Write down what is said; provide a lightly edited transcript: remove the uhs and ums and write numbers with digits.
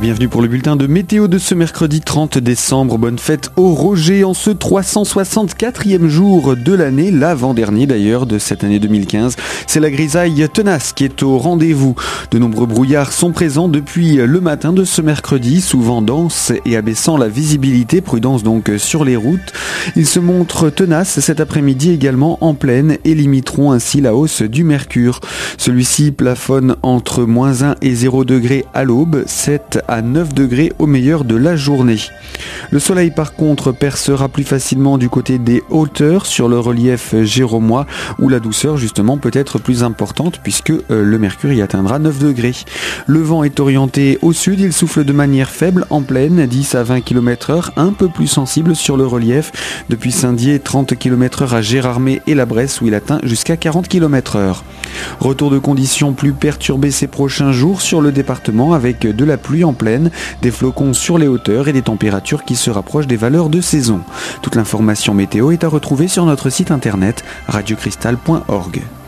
bienvenue pour le bulletin de météo de ce mercredi 30 décembre. Bonne fête au Roger en ce 364e jour de l'année, l'avant-dernier d'ailleurs de cette année 2015. C'est la grisaille tenace qui est au rendez-vous. De nombreux brouillards sont présents depuis le matin de ce mercredi, souvent denses et abaissant la visibilité. Prudence donc sur les routes. Ils se montrent tenaces cet après-midi également en plaine et limiteront ainsi la hausse du mercure. Celui-ci plafonne entre -1 et 0 degrés à l'aube, 7 à 9 degrés au meilleur de la journée. Le soleil par contre percera plus facilement du côté des hauteurs sur le relief géromois où la douceur justement peut être plus importante puisque le mercure y atteindra 9 degrés. Le vent est orienté au sud, il souffle de manière faible en plaine, 10 à 20 km/h, un peu plus sensible sur le relief. Depuis Saint-Dié, 30 km/h à Gérardmer et la Bresse où il atteint jusqu'à 40 km/h. Retour de conditions plus perturbées ces prochains jours sur le département avec de la pluie en plaine, des flocons sur les hauteurs et des températures qui se rapprochent des valeurs de saison. Toute l'information météo est à retrouver sur notre site internet radiocristal.org.